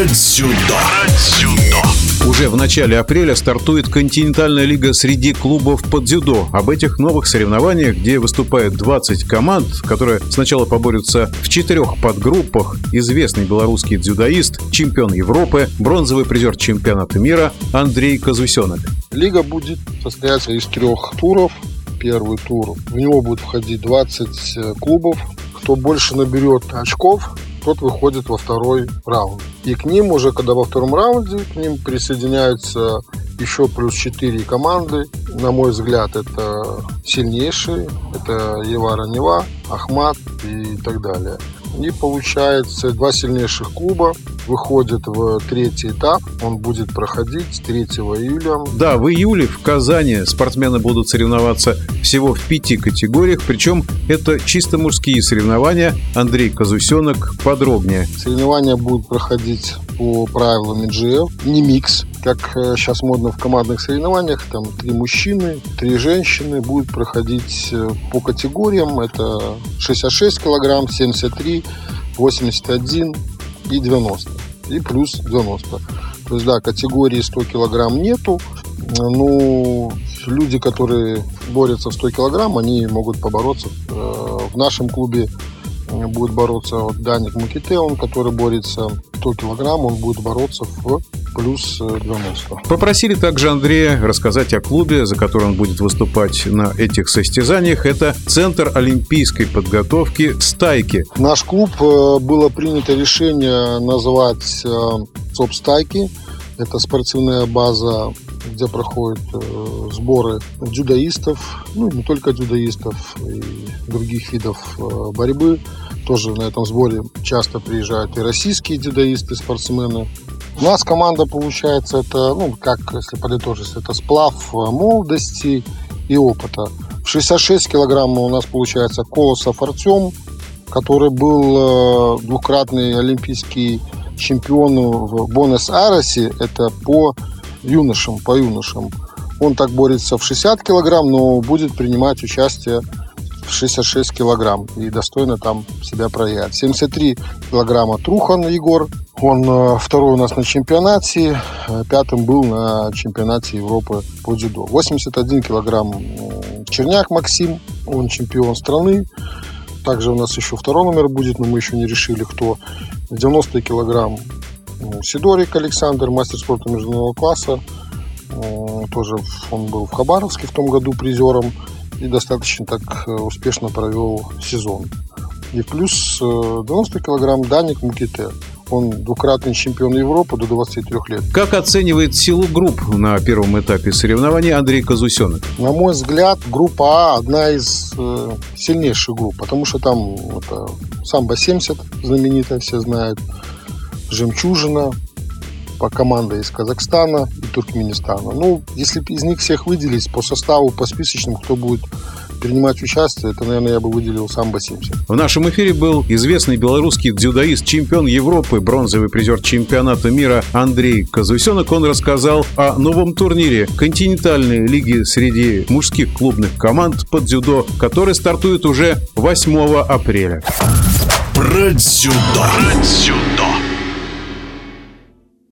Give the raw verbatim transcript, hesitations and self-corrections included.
Дзюдо. Про дзюдо. Уже в начале апреля стартует континентальная лига среди клубов по дзюдо. Об этих новых соревнованиях, где выступает двадцать команд, которые сначала поборются в четырех подгруппах, известный белорусский дзюдоист, чемпион Европы, бронзовый призер чемпионата мира Андрей Казусенок. Лига будет состояться из трех туров. Первый тур, в него будет входить двадцать клубов. Кто больше наберет очков, тот выходит во второй раунд. И к ним уже, когда во втором раунде, к ним присоединяются еще плюс четыре команды. На мой взгляд, это сильнейшие. Это Евара Нева, Ахмат и так далее. И получается, два сильнейших клуба выходят в третий этап. Он будет проходить третьего июля. Да, в июле в Казани спортсмены будут соревноваться всего в пяти категориях. Причем это чисто мужские соревнования. Андрей Казусенок подробнее. Соревнования будут проходить по правилам эн джи эф. Не микс, как сейчас модно в командных соревнованиях. Там три мужчины, три женщины. Будут проходить по категориям. Это шестьдесят шесть килограмм, семьдесят три, восемьдесят один и девяносто. И плюс девяносто. То есть, да, категории сто килограмм нету. Ну, люди, которые борются в сто килограмм, они могут побороться. В нашем клубе будет бороться вот Даник Мукитеон, который борется в сто килограмм, он будет бороться в плюс девяносто. Попросили также Андрея рассказать о клубе, за который он будет выступать на этих состязаниях. Это Центр олимпийской подготовки «Стайки». Наш клуб, было принято решение назвать ЦОП «Стайки». Это спортивная база, где проходят сборы дзюдоистов, ну не только дзюдоистов, и других видов борьбы. Тоже на этом сборе часто приезжают и российские дзюдоисты, спортсмены. У нас команда, получается, это, ну, как, если подытожить, это сплав молодости и опыта. В шестьдесят шесть килограмм у нас, получается, Колосов Артем, который был двукратный олимпийский чемпион в Буэнос-Айресе, это по юношам, по юношам. Он так борется в шестьдесят килограмм, но будет принимать участие в шестьдесят шесть килограмм и достойно там себя проявить. семьдесят три килограмма Трухан Егор, он второй у нас на чемпионате, пятым был на чемпионате Европы по дзюдо. восемьдесят один килограмм Черняк Максим, он чемпион страны. Также у нас еще второй номер будет, но мы еще не решили, кто. девяносто килограмм Сидорик Александр, мастер спорта международного класса. Тоже он был в Хабаровске в том году призером и достаточно так успешно провел сезон. И плюс девяносто килограмм Даник Муките. Он двукратный чемпион Европы до двадцати трёх лет. Как оценивает силу групп на первом этапе соревнований Андрей Казусенок? На мой взгляд, группа А одна из э, сильнейших групп, потому что там это, самбо семьдесят знаменитая, все знают, Жемчужина, по команда из Казахстана и Туркменистана. Ну, если из них всех выделить по составу, по списочным, кто будет принимать участие, это, наверное, я бы выделил самбо семьдесят. В нашем эфире был известный белорусский дзюдоист, чемпион Европы, бронзовый призер чемпионата мира Андрей Казусенок. Он рассказал о новом турнире континентальной лиги среди мужских клубных команд по дзюдо, который стартует уже восьмого апреля. Про дзюдо. Про дзюдо.